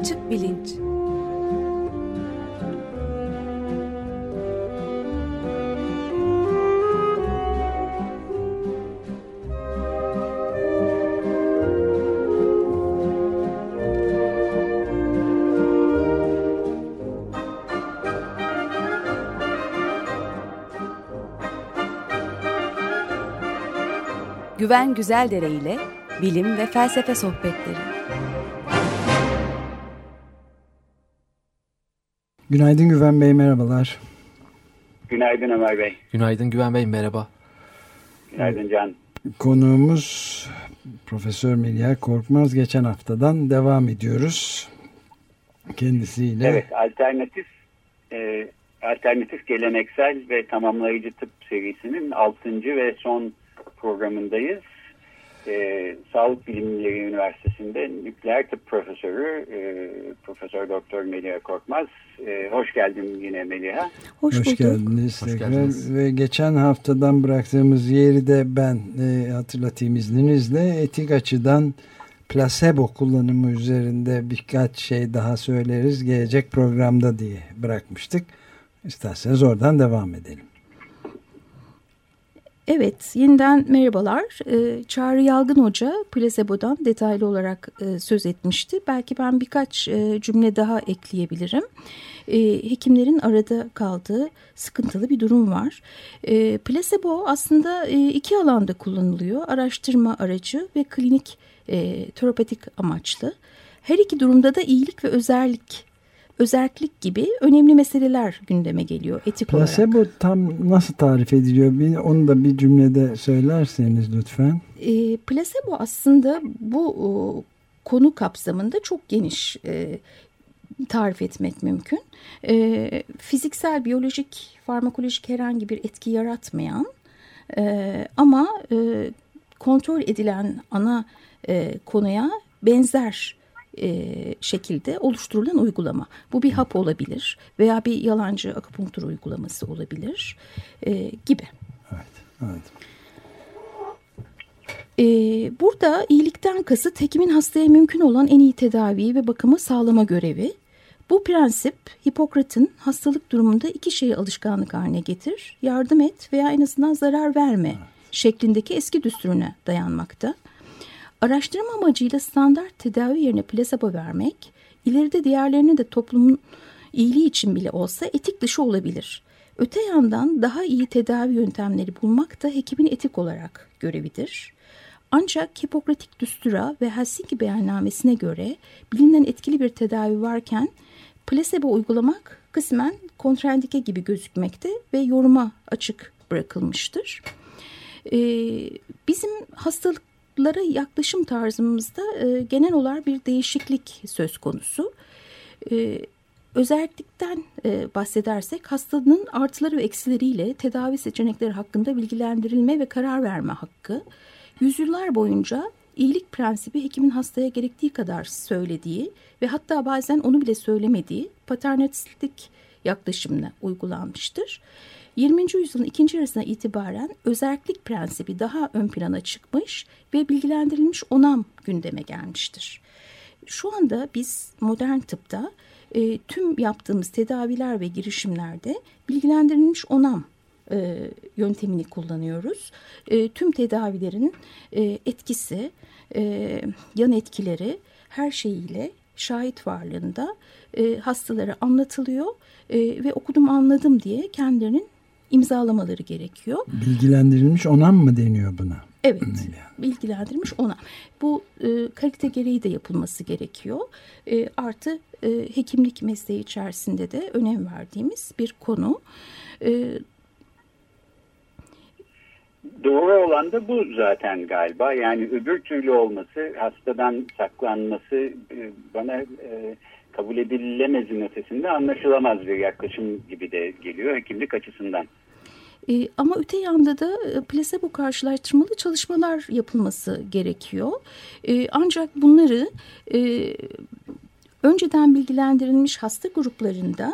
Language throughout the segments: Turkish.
Açık bilinç. Güven Güzeldere ile bilim ve felsefe sohbetleri. Günaydın Güven Bey, merhabalar. Günaydın Ömer Bey. Günaydın Güven Bey, merhaba. Günaydın Can. Konuğumuz Profesör Meliha Korkmaz. Geçen haftadan devam ediyoruz kendisiyle. Evet, alternatif geleneksel ve tamamlayıcı tıp serisinin 6. ve son programındayız. Sağlık Bilimleri Üniversitesi'nde nükleer tıp profesörü Profesör Doktor Meliha Korkmaz. Hoş geldin yine Meliha. Hoş geldiniz. Ve geçen haftadan bıraktığımız yeri de ben hatırlatayım izninizle. Etik açıdan plasebo kullanımı üzerinde birkaç şey daha söyleriz gelecek programda diye bırakmıştık. İsterseniz oradan devam edelim. Evet, yeniden merhabalar. Çağrı Yalgın Hoca plasebo'dan detaylı olarak söz etmişti. Belki ben birkaç cümle daha ekleyebilirim. Hekimlerin arada kaldığı sıkıntılı bir durum var. Plasebo aslında iki alanda kullanılıyor. Araştırma aracı ve klinik terapetik amaçlı. Her iki durumda da iyilik ve özellik gibi önemli meseleler gündeme geliyor etik olarak. Plasebo tam nasıl tarif ediliyor? Onu da bir cümlede söylerseniz lütfen. Plasebo aslında bu konu kapsamında çok geniş tarif etmek mümkün. Fiziksel, biyolojik, farmakolojik herhangi bir etki yaratmayan ama kontrol edilen ana konuya benzer şekilde oluşturulan uygulama. Bu bir hap olabilir veya bir yalancı akupunktur uygulaması olabilir gibi. Evet. Burada iyilikten kasıt hekimin hastaya mümkün olan en iyi tedaviyi ve bakımı sağlama görevi. Bu prensip Hipokrat'ın hastalık durumunda iki şeyi alışkanlık haline getir, yardım et veya en azından zarar verme şeklindeki eski düsturuna dayanmakta. Araştırma amacıyla standart tedavi yerine plasebo vermek, ileride diğerlerine de toplumun iyiliği için bile olsa etik dışı olabilir. Öte yandan daha iyi tedavi yöntemleri bulmak da hekimin etik olarak görevidir. Ancak Hipokratik düstura ve Helsinki beyannamesine göre bilinen etkili bir tedavi varken plasebo uygulamak kısmen kontraindike gibi gözükmekte ve yoruma açık bırakılmıştır. Bizim hastalıklara yaklaşım tarzımızda genel olarak bir değişiklik söz konusu. Özellikten bahsedersek hastanın artıları ve eksileriyle tedavi seçenekleri hakkında bilgilendirilme ve karar verme hakkı, yüzyıllar boyunca iyilik prensibi hekimin hastaya gerektiği kadar söylediği ve hatta bazen onu bile söylemediği paternalistik yaklaşımla uygulanmıştır. 20. yüzyılın ikinci yarısına itibaren özellik prensibi daha ön plana çıkmış ve bilgilendirilmiş onam gündeme gelmiştir. Şu anda biz modern tıpta tüm yaptığımız tedaviler ve girişimlerde bilgilendirilmiş onam yöntemini kullanıyoruz. Tüm tedavilerin etkisi, yan etkileri her şeyiyle şahit varlığında hastalara anlatılıyor ve okudum anladım diye kendilerinin imzalamaları gerekiyor. Bilgilendirilmiş onam mı deniyor buna? Evet, bilgilendirilmiş onam. Bu kalite gereği de yapılması gerekiyor. Artı hekimlik mesleği içerisinde de önem verdiğimiz bir konu. Doğru olan da bu zaten galiba. Yani öbür türlü olması, hastadan saklanması bana kabul edilemezin ötesinde anlaşılamaz bir yaklaşım gibi de geliyor hekimlik açısından. Ama öte yanda da plasebo karşılaştırmalı çalışmalar yapılması gerekiyor. Ancak bunları önceden bilgilendirilmiş hasta gruplarında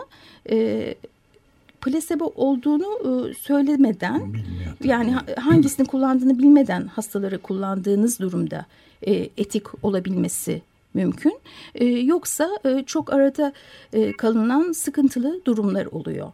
plasebo olduğunu söylemeden, yani hangisini kullandığını bilmeden hastaları kullandığınız durumda etik olabilmesi mümkün. Yoksa çok arada kalınan sıkıntılı durumlar oluyor.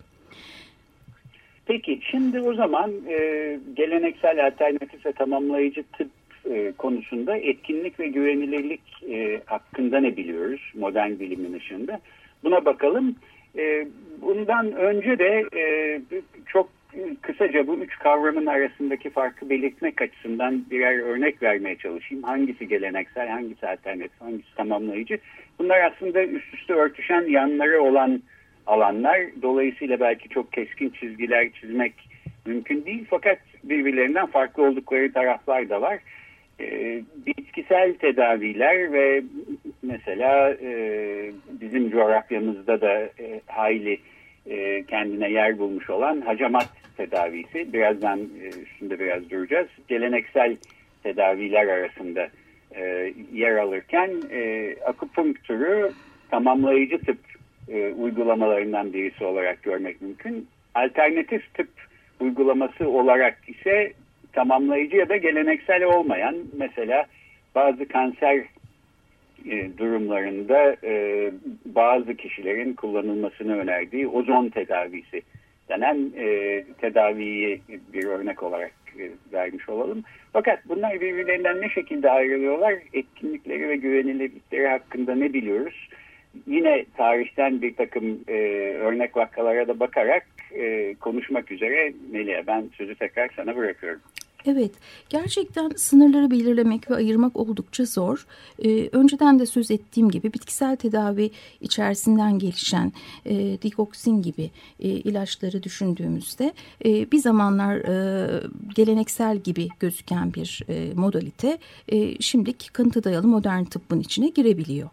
Peki şimdi o zaman geleneksel, alternatif ve tamamlayıcı tıp konusunda etkinlik ve güvenilirlik hakkında ne biliyoruz modern bilimin ışığında? Buna bakalım. Bundan önce de çok kısaca bu üç kavramın arasındaki farkı belirtmek açısından birer örnek vermeye çalışayım. Hangisi geleneksel, hangisi alternatif, hangisi tamamlayıcı? Bunlar aslında üst üste örtüşen yanları olan alanlar. Dolayısıyla belki çok keskin çizgiler çizmek mümkün değil. Fakat birbirlerinden farklı oldukları taraflar da var. Bitkisel tedaviler ve mesela bizim coğrafyamızda da hayli kendine yer bulmuş olan hacamat tedavisi. Birazdan üstünde biraz duracağız. Geleneksel tedaviler arasında yer alırken akupunktürü tamamlayıcı tıp uygulamalarından birisi olarak görmek mümkün. Alternatif tıp uygulaması olarak ise tamamlayıcı ya da geleneksel olmayan, mesela bazı kanser durumlarında bazı kişilerin kullanılmasını önerdiği ozon tedavisi denen tedaviyi bir örnek olarak vermiş olalım. Fakat bunlar birbirlerinden ne şekilde ayrılıyorlar? Etkinlikleri ve güvenilirlikleri hakkında ne biliyoruz? Yine tarihten bir takım örnek vakalara da bakarak konuşmak üzere Melia, ben sözü tekrar sana bırakıyorum. Evet, gerçekten sınırları belirlemek ve ayırmak oldukça zor. Önceden de söz ettiğim gibi bitkisel tedavi içerisinden gelişen dikoksin gibi ilaçları düşündüğümüzde bir zamanlar geleneksel gibi gözüken bir modalite şimdiki kanıta dayalı modern tıbbın içine girebiliyor.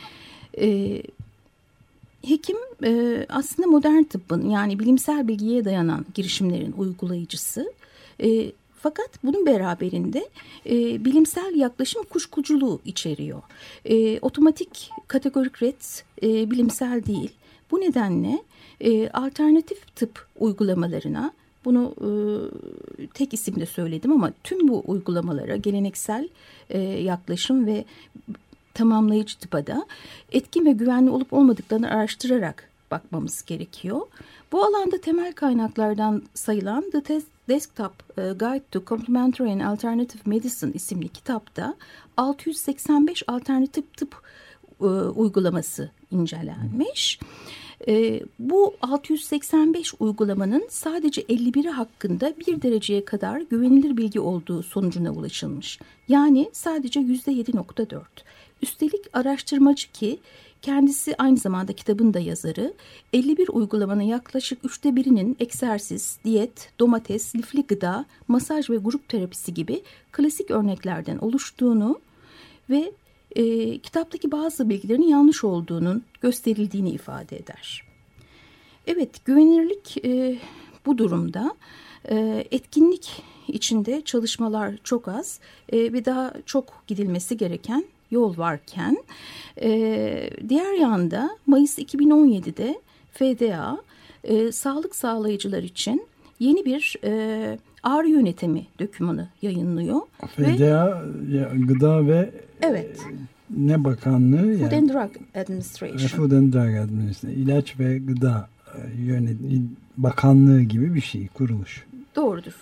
Hekim aslında modern tıbbın, yani bilimsel bilgiye dayanan girişimlerin uygulayıcısı. Fakat bunun beraberinde bilimsel yaklaşım kuşkuculuğu içeriyor. Otomatik kategorik ret bilimsel değil. Bu nedenle alternatif tıp uygulamalarına, bunu tek isimde söyledim ama tüm bu uygulamalara geleneksel yaklaşım ve tamamlayıcı tıpa da etkin ve güvenli olup olmadıklarını araştırarak bakmamız gerekiyor. Bu alanda temel kaynaklardan sayılan The Desktop Guide to Complementary and Alternative Medicine isimli kitapta 685 alternatif tıp uygulaması incelenmiş. Bu 685 uygulamanın sadece 51'i hakkında 1 dereceye kadar güvenilir bilgi olduğu sonucuna ulaşılmış. Yani sadece %7.4. Üstelik araştırmacı, ki kendisi aynı zamanda kitabın da yazarı, 51 uygulamanın yaklaşık 1/3'inin egzersiz, diyet, domates, lifli gıda, masaj ve grup terapisi gibi klasik örneklerden oluştuğunu ve kitaptaki bazı bilgilerin yanlış olduğunun gösterildiğini ifade eder. Evet, güvenilirlik bu durumda. Etkinlik içinde çalışmalar çok az ve daha çok gidilmesi gereken yol varken, diğer yanda Mayıs 2017'de FDA sağlık sağlayıcılar için yeni bir ağrı yönetimi dokümanı yayınlıyor. FDA Gıda ve evet. Ne Bakanlığı? Food and Drug Administration. Food and Drug Administration. İlaç ve Gıda Bakanlığı gibi bir şey, kuruluş. Doğrudur.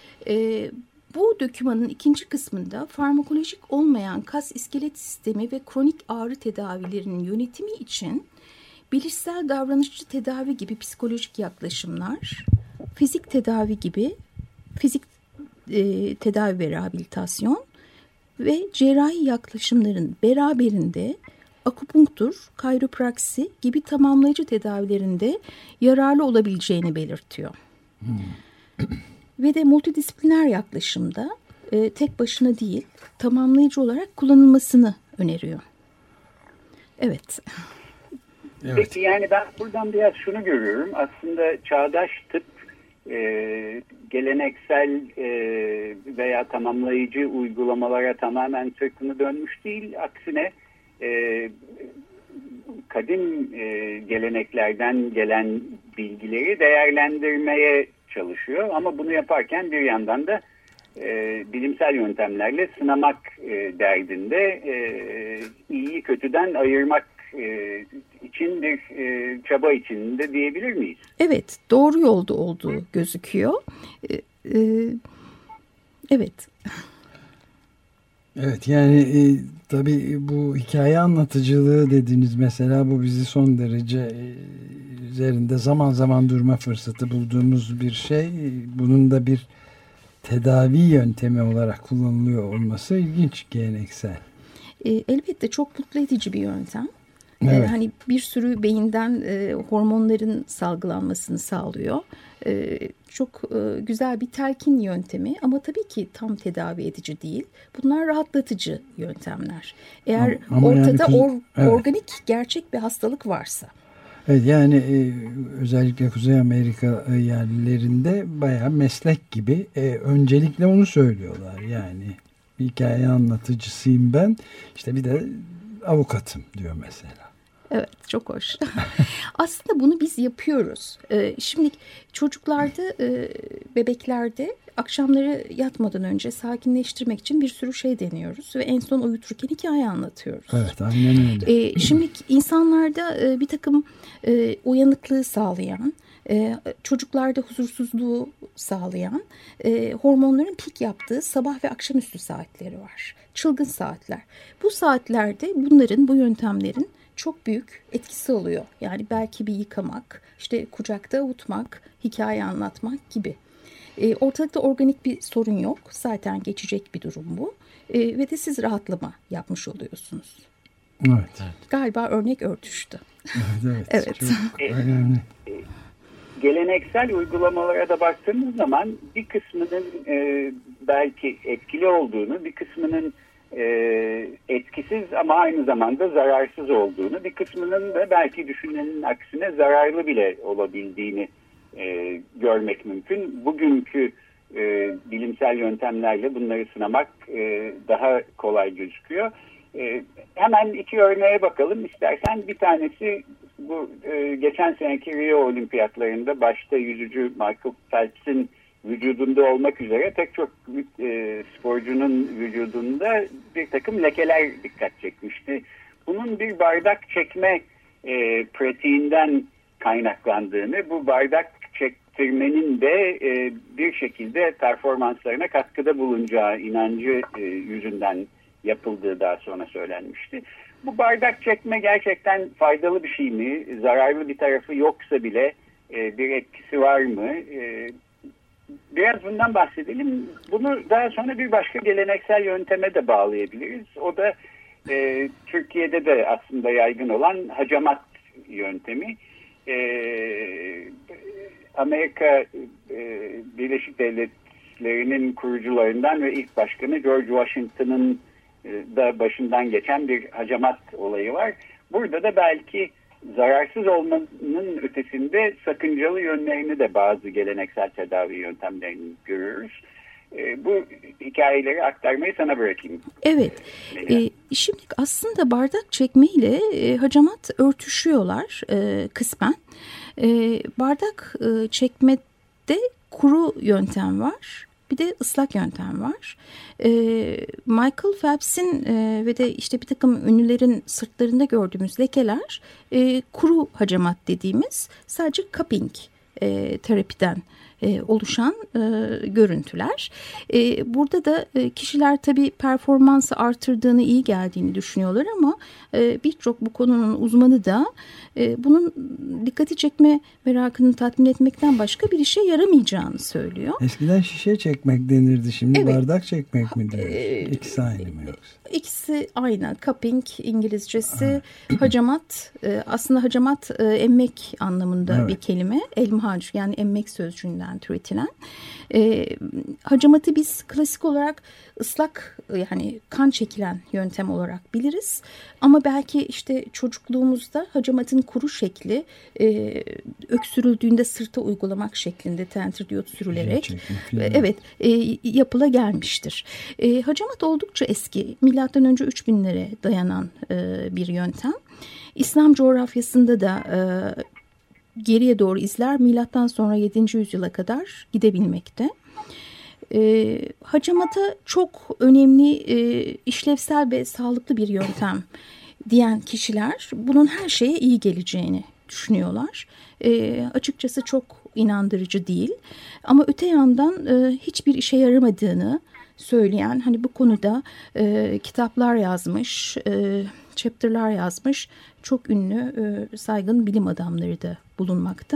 Bu dokümanın ikinci kısmında farmakolojik olmayan kas iskelet sistemi ve kronik ağrı tedavilerinin yönetimi için bilişsel davranışçı tedavi gibi psikolojik yaklaşımlar, fizik tedavi gibi fizik tedavi ve rehabilitasyon ve cerrahi yaklaşımların beraberinde akupunktur, kayropraksi gibi tamamlayıcı tedavilerinde yararlı olabileceğini belirtiyor. Ve de multidisipliner yaklaşımda tek başına değil, tamamlayıcı olarak kullanılmasını öneriyor. Evet. Peki, yani ben buradan biraz şunu görüyorum. Aslında çağdaş tıp geleneksel veya tamamlayıcı uygulamalara tamamen sırtını dönmüş değil. Aksine kadim geleneklerden gelen bilgileri değerlendirmeye çalışıyor. Ama bunu yaparken bir yandan da bilimsel yöntemlerle sınamak derdinde, iyiyi kötüden ayırmak için bir çaba içinde diyebilir miyiz? Evet, doğru yolda olduğu gözüküyor. Evet. Evet, yani tabii bu hikaye anlatıcılığı dediğiniz mesela, bu bizi son derece üzerinde zaman zaman durma fırsatı bulduğumuz bir şey. Bunun da bir tedavi yöntemi olarak kullanılıyor olması ilginç, geleneksel. Elbette çok mutlu edici bir yöntem. Evet. Hani bir sürü beyinden hormonların salgılanmasını sağlıyor. Çok güzel bir telkin yöntemi ama tabii ki tam tedavi edici değil. Bunlar rahatlatıcı yöntemler. Eğer ama ortada yani organik gerçek bir hastalık varsa. Evet, yani özellikle Kuzey Amerika yerlilerinde bayağı meslek gibi öncelikle onu söylüyorlar. Yani hikaye anlatıcısıyım ben, işte bir de avukatım diyor mesela. Evet, çok hoş. Aslında bunu biz yapıyoruz. Şimdi çocuklarda, bebeklerde akşamları yatmadan önce sakinleştirmek için bir sürü şey deniyoruz. Ve en son uyuturken hikaye anlatıyoruz. Evet, aynen öyle. Şimdi insanlarda bir takım uyanıklığı sağlayan, çocuklarda huzursuzluğu sağlayan hormonların pik yaptığı sabah ve akşamüstü saatleri var. Çılgın saatler. Bu saatlerde bu yöntemlerin çok büyük etkisi oluyor. Yani belki bir yıkamak, işte kucakta avutmak, hikaye anlatmak gibi. Ortalıkta organik bir sorun yok. Zaten geçecek bir durum bu. Ve de siz rahatlama yapmış oluyorsunuz. Evet. Galiba örnek örtüştü. Evet. Evet. Çok önemli. Geleneksel uygulamalara da baktığımız zaman bir kısmının belki etkili olduğunu, bir kısmının etkisiz ama aynı zamanda zararsız olduğunu, bir kısmının da belki düşünülenin aksine zararlı bile olabildiğini görmek mümkün. Bugünkü bilimsel yöntemlerle bunları sınamak daha kolay gözüküyor. Hemen iki örneğe bakalım istersen. Bir tanesi bu geçen seneki Rio Olimpiyatlarında başta yüzücü Michael Phelps'in vücudunda olmak üzere pek çok sporcunun vücudunda bir takım lekeler dikkat çekmişti. Bunun bir bardak çekme pratiğinden kaynaklandığını, bu bardak çektirmenin de bir şekilde performanslarına katkıda bulunacağı inancı yüzünden yapıldığı daha sonra söylenmişti. Bu bardak çekme gerçekten faydalı bir şey mi? Zararlı bir tarafı yoksa bile bir etkisi var mı? Biraz bundan bahsedelim. Bunu daha sonra bir başka geleneksel yönteme de bağlayabiliriz. O da Türkiye'de de aslında yaygın olan hacamat yöntemi. Amerika Birleşik Devletleri'nin kurucularından ve ilk başkanı George Washington'ın da başından geçen bir hacamat olayı var. Burada da belki zararsız olmanın ötesinde sakıncalı yönlerini de bazı geleneksel tedavi yöntemlerini görüyoruz. Bu hikayeleri aktarmayı sana bırakayım. Evet. Şimdi aslında bardak çekme ile hacamat örtüşüyorlar kısmen. Bardak çekmede kuru yöntem var. Bir de ıslak yöntem var. Michael Phelps'in ve de işte bir takım ünlülerin sırtlarında gördüğümüz lekeler kuru hacamat dediğimiz sadece cupping terapiden oluşan görüntüler. Burada da kişiler tabii performansı artırdığını, iyi geldiğini düşünüyorlar ama birçok bu konunun uzmanı da bunun dikkati çekme merakını tatmin etmekten başka bir işe yaramayacağını söylüyor. Eskiden şişe çekmek denirdi, şimdi evet. Bardak çekmek mi diyoruz? İkisi aynı mı yoksa? İkisi aynı. Cupping İngilizcesi, hacamat aslında hacamat emmek anlamında evet. Bir kelime. Elmhac yani emmek sözcüğünden türetilen. Hacamatı biz klasik olarak ıslak yani kan çekilen yöntem olarak biliriz. Ama belki işte çocukluğumuzda hacamatın kuru şekli öksürüldüğünde sırta uygulamak şeklinde tentridiyot sürülerek evet yapıla gelmiştir. Hacamat oldukça eski. Milattan önce 3000'lere dayanan bir yöntem. İslam coğrafyasında da geriye doğru izler milattan sonra 7. yüzyıla kadar gidebilmekte. Hacamata çok önemli, işlevsel ve sağlıklı bir yöntem diyen kişiler bunun her şeye iyi geleceğini düşünüyorlar. Açıkçası çok inandırıcı değil. Ama öte yandan hiçbir işe yaramadığını söyleyen, hani bu konuda kitaplar yazmış, chapter'lar yazmış çok ünlü, saygın bilim adamları da bulunmakta.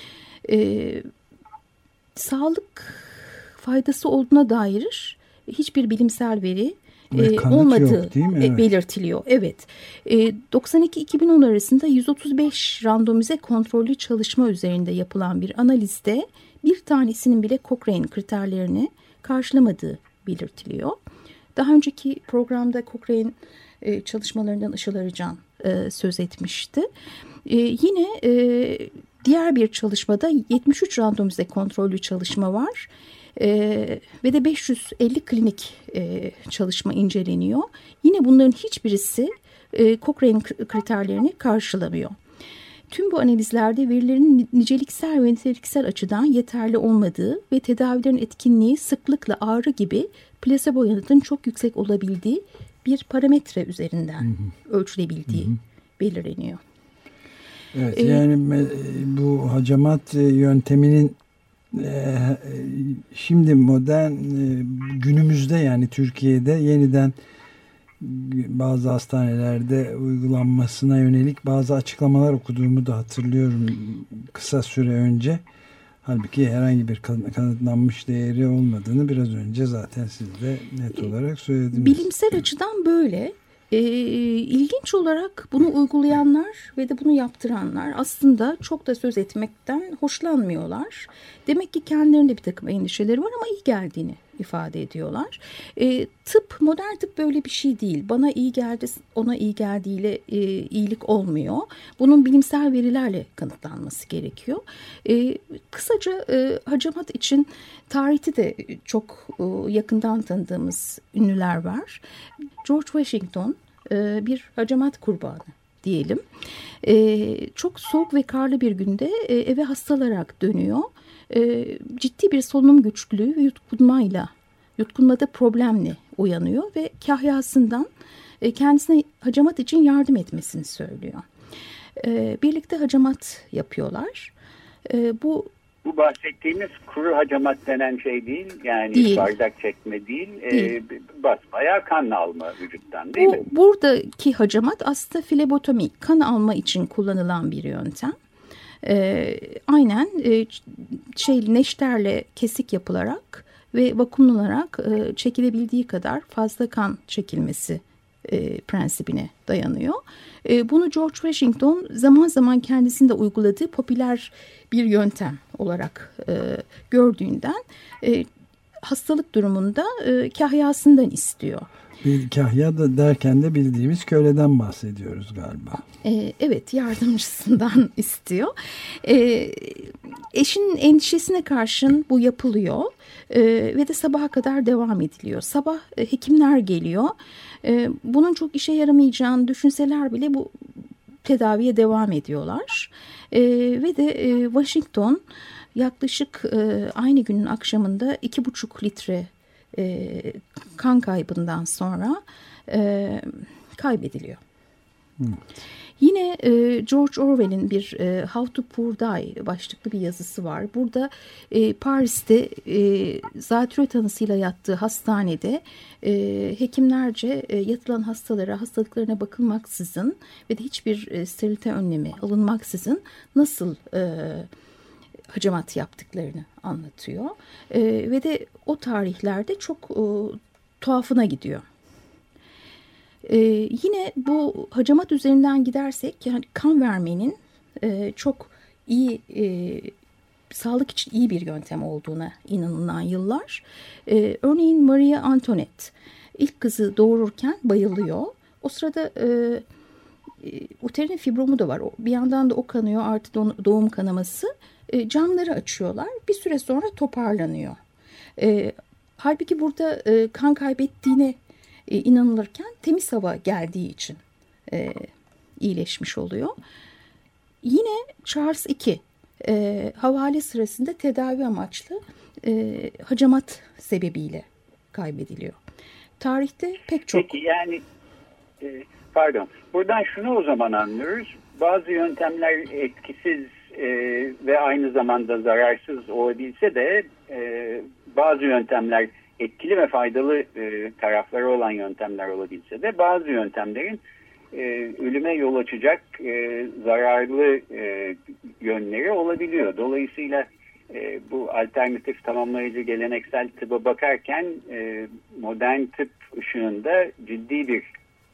Sağlık faydası olduğuna dair hiçbir bilimsel veri olmadığı belirtiliyor. Evet. 92-2010 arasında 135 randomize kontrollü çalışma üzerinde yapılan bir analizde bir tanesinin bile Cochrane kriterlerini karşılamadığı belirtiliyor. Daha önceki programda Cochrane çalışmalarından Işıl Arıcan söz etmişti. Yine diğer bir çalışmada 73 randomize kontrollü çalışma var. Ve de 550 klinik çalışma inceleniyor. Yine bunların hiçbirisi Cochrane kriterlerini karşılamıyor. Tüm bu analizlerde verilerin niceliksel ve niteliksel açıdan yeterli olmadığı ve tedavilerin etkinliği sıklıkla ağrı gibi plasebo yanıtın çok yüksek olabildiği bir parametre üzerinden ölçülebildiği belirleniyor. Evet, yani bu hacamat yönteminin şimdi modern günümüzde, yani Türkiye'de yeniden bazı hastanelerde uygulanmasına yönelik bazı açıklamalar okuduğumu da hatırlıyorum kısa süre önce. Halbuki herhangi bir kanıtlanmış değeri olmadığını biraz önce zaten siz de net olarak söylediniz. Bilimsel açıdan böyle. İlginç olarak bunu uygulayanlar ve de bunu yaptıranlar aslında çok da söz etmekten hoşlanmıyorlar. Demek ki kendilerinde bir takım endişeleri var ama iyi geldiğini ifade ediyorlar. Modern tıp böyle bir şey değil. Bana iyi geldi, ona iyi geldiğiyle iyilik olmuyor. Bunun bilimsel verilerle kanıtlanması gerekiyor. Kısaca hacamat için tarihte de çok yakından tanıdığımız ünlüler var. George Washington bir hacamat kurbanı diyelim. Çok soğuk ve karlı bir günde eve hastalarak dönüyor. Ciddi bir solunum güçlüğü ve yutkunmada problemle uyanıyor ve kahyasından kendisine hacamat için yardım etmesini söylüyor. Birlikte hacamat yapıyorlar. Bu bahsettiğimiz kuru hacamat denen şey değil. Yani bardak çekme değil. Basbayağı kan alma vücuttan, değil mi? Buradaki hacamat aslında flebotomi, kan alma için kullanılan bir yöntem. Aynen neşterle kesik yapılarak ve vakumlanarak çekilebildiği kadar fazla kan çekilmesi prensibine dayanıyor. Bunu George Washington zaman zaman kendisinde uyguladığı popüler bir yöntem olarak gördüğünden hastalık durumunda kahyasından istiyor. Bir kahya da derken de bildiğimiz köleden bahsediyoruz galiba. Evet, yardımcısından istiyor. Eşinin endişesine karşın bu yapılıyor ve de sabaha kadar devam ediliyor. Sabah hekimler geliyor. Bunun çok işe yaramayacağını düşünseler bile bu tedaviye devam ediyorlar. Ve de Washington yaklaşık aynı günün akşamında 2,5 litre kan kaybından sonra kaybediliyor. Yine George Orwell'in bir How to Poor Die başlıklı bir yazısı var. Burada Paris'te zatürre tanısıyla yattığı hastanede hekimlerce yatılan hastalara hastalıklarına bakılmaksızın ve de hiçbir sterilite önlemi alınmaksızın nasıl hacamat yaptıklarını anlatıyor. Ve de o tarihlerde çok tuhafına gidiyor. Yine bu hacamat üzerinden gidersek, yani kan vermenin çok iyi, sağlık için iyi bir yöntem olduğuna inanılan yıllar. Örneğin Maria Antoinette ilk kızı doğururken bayılıyor. O sırada uterin fibromu da var. Bir yandan da o kanıyor, artı doğum kanaması. Camları açıyorlar. Bir süre sonra toparlanıyor. Halbuki burada kan kaybettiğine inanılırken temiz hava geldiği için iyileşmiş oluyor. Yine Charles II havale sırasında tedavi amaçlı hacamat sebebiyle kaybediliyor. Tarihte pek çok... Peki yani pardon, buradan şunu o zaman anlıyoruz. Bazı yöntemler etkisiz ve aynı zamanda zararsız olabilse de bazı yöntemler etkili ve faydalı tarafları olan yöntemler olabilse de bazı yöntemlerin ölüme yol açacak zararlı yönleri olabiliyor. Dolayısıyla bu alternatif tamamlayıcı geleneksel tıba bakarken modern tıp ışığında ciddi bir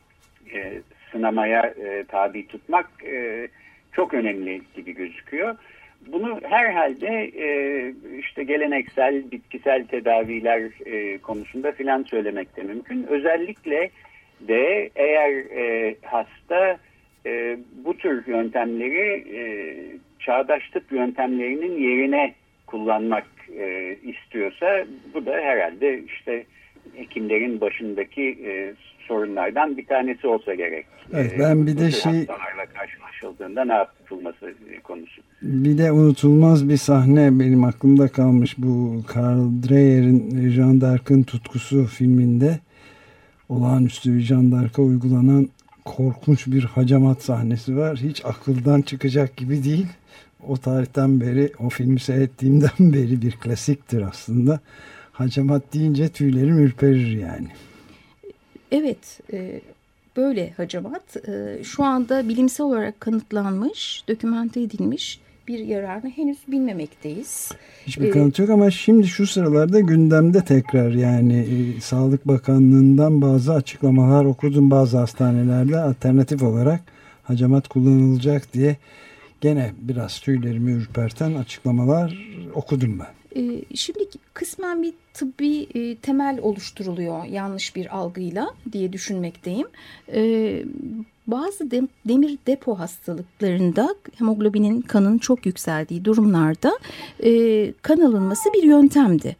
sınamaya tabi tutmak çok önemli gibi gözüküyor. Bunu herhalde işte geleneksel bitkisel tedaviler konusunda filan söylemek de mümkün. Özellikle de eğer hasta bu tür yöntemleri çağdaş tıp yöntemlerinin yerine kullanmak istiyorsa bu da herhalde işte hekimlerin başındaki sorunlardan bir tanesi olsa gerek. Evet, ben bir de hastalarla karşılaşıldığında ne yapılması konusu. Bir de unutulmaz bir sahne benim aklımda kalmış, bu Karl Dreyer'in Jeanne d'Arc'ın Tutkusu filminde olağanüstü bir Jeanne d'Arc'a uygulanan korkunç bir hacamat sahnesi var. Hiç akıldan çıkacak gibi değil. O tarihten beri, o filmi seyrettiğimden beri bir klasiktir aslında. Hacamat deyince tüylerim ürperir yani. Evet, böyle hacamat şu anda bilimsel olarak kanıtlanmış, dokümante edilmiş bir yararını henüz bilmemekteyiz. Hiçbir kanıt yok ama şimdi şu sıralarda gündemde tekrar, yani Sağlık Bakanlığı'ndan bazı açıklamalar okudum, bazı hastanelerde alternatif olarak hacamat kullanılacak diye gene biraz tüylerimi ürperten açıklamalar okudum ben. Şimdi kısmen bir tıbbi temel oluşturuluyor yanlış bir algıyla diye düşünmekteyim. Bazı demir depo hastalıklarında hemoglobinin, kanın çok yükseldiği durumlarda kan alınması bir yöntemdi.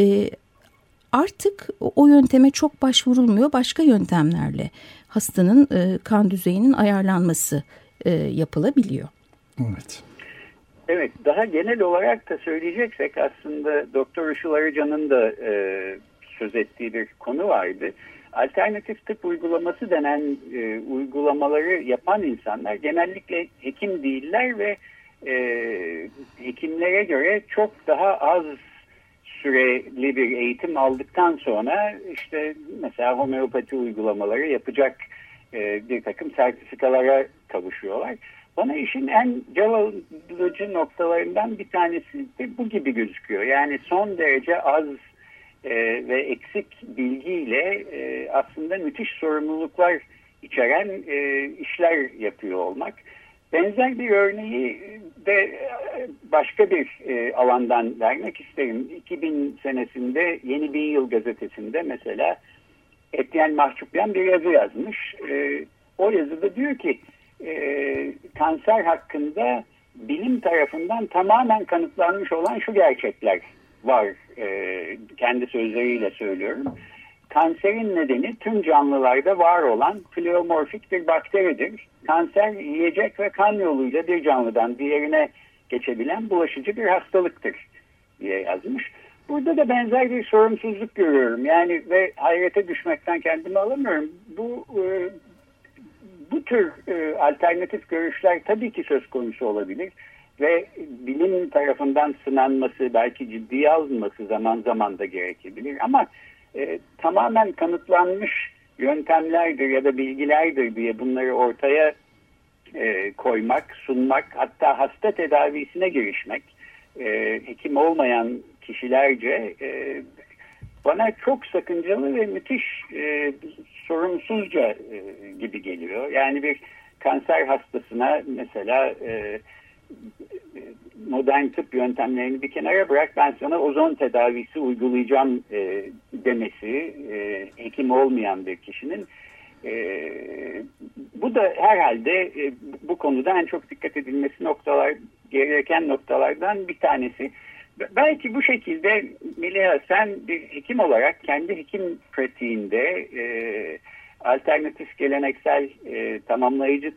Artık o yönteme çok başvurulmuyor. Başka yöntemlerle hastanın kan düzeyinin ayarlanması yapılabiliyor. Evet. Evet, daha genel olarak da söyleyeceksek aslında Doktor Işıl Arıcan'ın da söz ettiği bir konu vardı. Alternatif tıp uygulaması denen uygulamaları yapan insanlar genellikle hekim değiller ve hekimlere göre çok daha az süreli bir eğitim aldıktan sonra işte mesela homeopati uygulamaları yapacak bir takım sertifikalara kavuşuyorlar. Bana işin en can alıcı noktalarından bir tanesi de bu gibi gözüküyor. Yani son derece az ve eksik bilgiyle aslında müthiş sorumluluklar içeren işler yapıyor olmak. Benzer bir örneği de başka bir alandan vermek isterim. 2000 senesinde Yeni Bir Yıl gazetesinde mesela Etienne Mahçupyan bir yazı yazmış. O yazıda diyor ki kanser hakkında bilim tarafından tamamen kanıtlanmış olan şu gerçekler var. Kendi sözleriyle söylüyorum. Kanserin nedeni tüm canlılarda var olan pleomorfik bir bakteridir. Kanser yiyecek ve kan yoluyla bir canlıdan diğerine geçebilen bulaşıcı bir hastalıktır diye yazmış. Burada da benzer bir sorumsuzluk görüyorum. Yani ve hayrete düşmekten kendimi alamıyorum. Bu tür alternatif görüşler tabii ki söz konusu olabilir ve bilim tarafından sınanması, belki ciddiye alınması zaman zaman da gerekebilir ama tamamen kanıtlanmış yöntemlerdir ya da bilgilerdir diye bunları ortaya koymak, sunmak, hatta hasta tedavisine girişmek hekim olmayan kişilerce bana çok sakıncalı ve müthiş sorumsuzca gibi geliyor. Yani bir kanser hastasına mesela modern tıp yöntemlerini bir kenara bırak, ben sana ozon tedavisi uygulayacağım demesi hekim olmayan bir kişinin, bu da herhalde bu konuda en çok dikkat edilmesi gereken noktalardan bir tanesi. Belki bu şekilde Meliha, sen bir hekim olarak kendi hekim pratiğinde alternatif geleneksel tamamlayıcı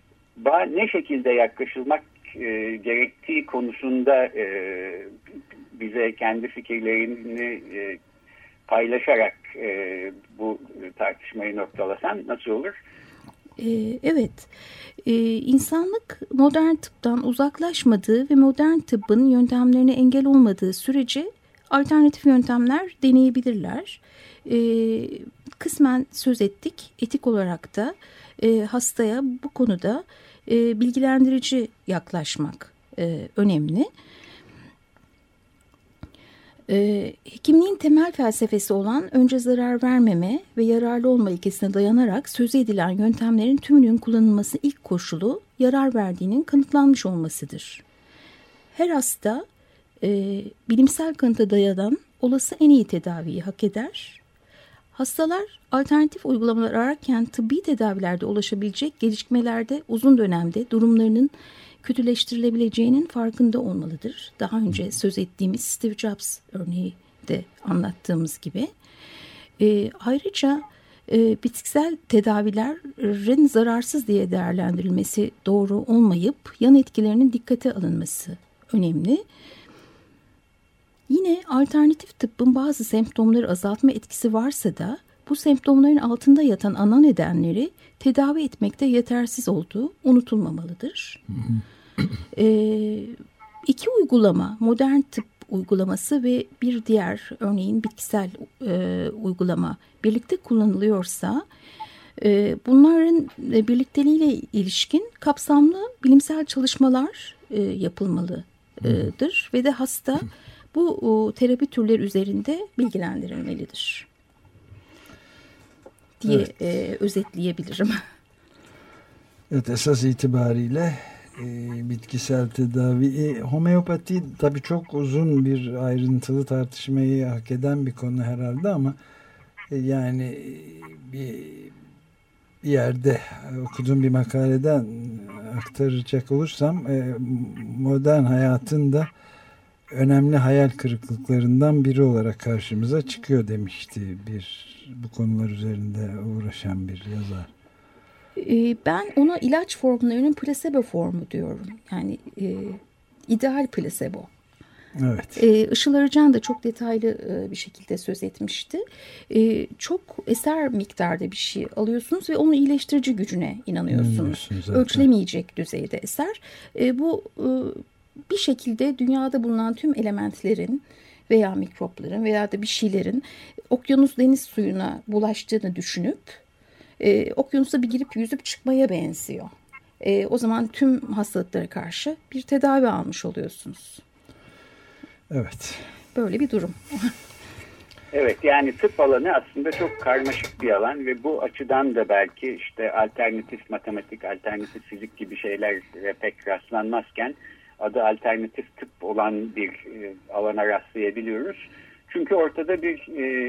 tıbba ne şekilde yaklaşılmak gerektiği konusunda bize kendi fikirlerini paylaşarak bu tartışmayı noktalasan nasıl olur? Evet, insanlık modern tıptan uzaklaşmadığı ve modern tıbbın yöntemlerine engel olmadığı sürece alternatif yöntemler deneyebilirler. Kısmen söz ettik, etik olarak da hastaya bu konuda bilgilendirici yaklaşmak önemli. Hekimliğin temel felsefesi olan önce zarar vermeme ve yararlı olma ilkesine dayanarak sözü edilen yöntemlerin tümünün kullanılması ilk koşulu yarar verdiğinin kanıtlanmış olmasıdır. Her hasta bilimsel kanıta dayanan olası en iyi tedaviyi hak eder. Hastalar alternatif uygulamalar ararken tıbbi tedavilerde ulaşabilecek gelişmelerde uzun dönemde durumlarının kötüleştirilebileceğinin farkında olmalıdır. Daha önce söz ettiğimiz Steve Jobs örneği de anlattığımız gibi. Ayrıca bitkisel tedavilerin zararsız diye değerlendirilmesi doğru olmayıp yan etkilerinin dikkate alınması önemli. Yine alternatif tıbbın bazı semptomları azaltma etkisi varsa da bu semptomların altında yatan ana nedenleri tedavi etmekte yetersiz olduğu unutulmamalıdır. İki uygulama, modern tıp uygulaması ve bir diğer örneğin bitkisel uygulama birlikte kullanılıyorsa bunların birlikteliğiyle ilişkin kapsamlı bilimsel çalışmalar yapılmalıdır ve de hasta bu terapi türleri üzerinde bilgilendirilmelidir diye özetleyebilirim. Evet, esas itibariyle bitkisel tedavi, homeopati tabii çok uzun bir ayrıntılı tartışmayı hak eden bir konu herhalde ama yani bir yerde okuduğum bir makaleden aktaracak olursam modern hayatın da önemli hayal kırıklıklarından biri olarak karşımıza çıkıyor demişti bu konular üzerinde uğraşan bir yazar. Ben ona ilaç formlarının plasebo formu diyorum. Yani ideal plasebo. Evet. Işıl Arıcan da çok detaylı bir şekilde söz etmişti. Çok eser miktarda bir şey alıyorsunuz ve onun iyileştirici gücüne inanıyorsunuz. Ölçülemeyecek düzeyde eser. Bu bir şekilde dünyada bulunan tüm elementlerin veya mikropların veya da bir şeylerin okyanus deniz suyuna bulaştığını düşünüp okyanusa bir girip yüzüp çıkmaya benziyor. O zaman tüm hastalıklara karşı bir tedavi almış oluyorsunuz. Evet. Böyle bir durum. Evet, yani tıp alanı aslında çok karmaşık bir alan ve bu açıdan da belki işte alternatif matematik, alternatif fizik gibi şeylere pek rastlanmazken adı alternatif tıp olan bir alana rastlayabiliyoruz. Çünkü ortada bir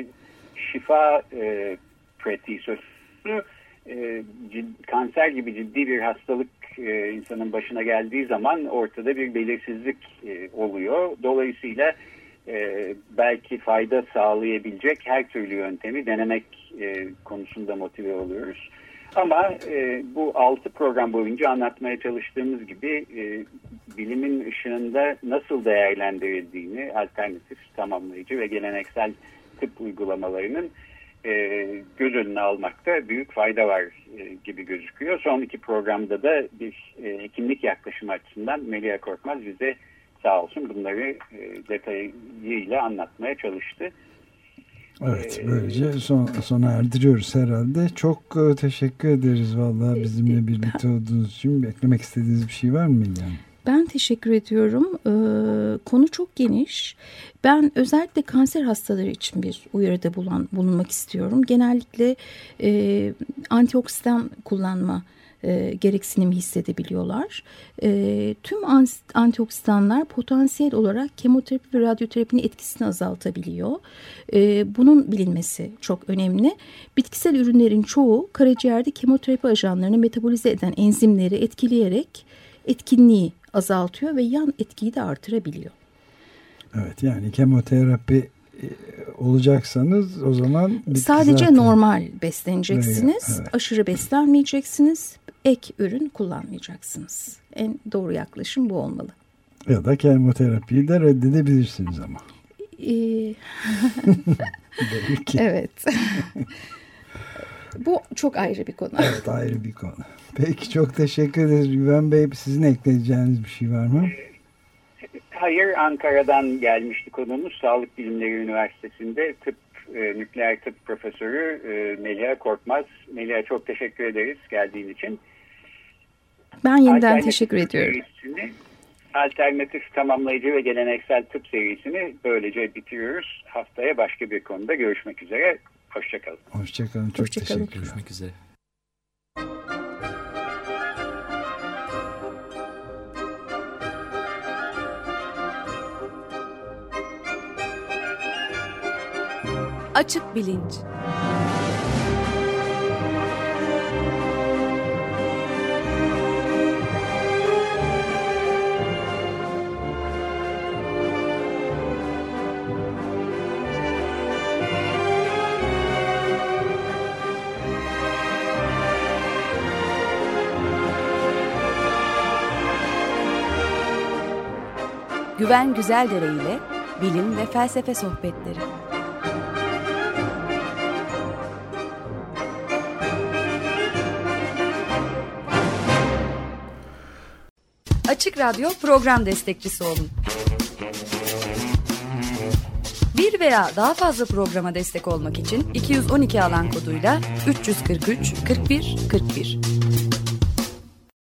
şifa pratiği söz konusu. Kanser gibi ciddi bir hastalık insanın başına geldiği zaman ortada bir belirsizlik oluyor. Dolayısıyla belki fayda sağlayabilecek her türlü yöntemi denemek konusunda motive oluyoruz. Ama bu 6 program boyunca anlatmaya çalıştığımız gibi bilimin ışığında nasıl değerlendirildiğini alternatif, tamamlayıcı ve geleneksel tıp uygulamalarının göz önüne almakta büyük fayda var gibi gözüküyor. Son 2 programda da bir hekimlik yaklaşımı açısından Melia Korkmaz bize sağ olsun bunları detayıyla anlatmaya çalıştı. Evet, böylece sona erdiriyoruz herhalde. Çok teşekkür ederiz vallahi bizimle birlikte olduğunuz için. Eklemek istediğiniz bir şey var mı yani? Ben teşekkür ediyorum. Konu çok geniş. Ben özellikle kanser hastaları için bir uyarıda bulunmak istiyorum. Genellikle antioksidan kullanma gereksinimi hissedebiliyorlar. Tüm antioksidanlar potansiyel olarak kemoterapi ve radyoterapinin etkisini azaltabiliyor. Bunun bilinmesi çok önemli. Bitkisel ürünlerin çoğu karaciğerde kemoterapi ajanlarını metabolize eden enzimleri etkileyerek etkinliği azaltıyor ve yan etkiyi de artırabiliyor. Evet, yani kemoterapi olacaksanız o zaman sadece normal besleneceksiniz. Evet. Aşırı beslenmeyeceksiniz. Ek ürün kullanmayacaksınız. En doğru yaklaşım bu olmalı. Ya da kemoterapiyi de reddedebilirsiniz ama. Evet. Bu çok ayrı bir konu. Evet, ayrı bir konu. Peki, çok teşekkür ederiz. Güven Bey, sizin ekleyeceğiniz bir şey var mı? Hayır, Ankara'dan gelmişti konumuz. Sağlık Bilimleri Üniversitesi'nde nükleer tıp profesörü Melia Korkmaz. Melia, çok teşekkür ederiz geldiğin için. Ben yeniden teşekkür ediyorum. Alternatif, tamamlayıcı ve geleneksel tıp serisini böylece bitiriyoruz. Haftaya başka bir konuda görüşmek üzere. Hoşçakalın. Hoşçakalın. Çok teşekkürler. Görüşmek üzere. Açık Bilinç. Güven Güzeldere ile bilim ve felsefe sohbetleri. Açık Radyo program destekçisi olun. Bir veya daha fazla programa destek olmak için 212 alan koduyla 343 41 41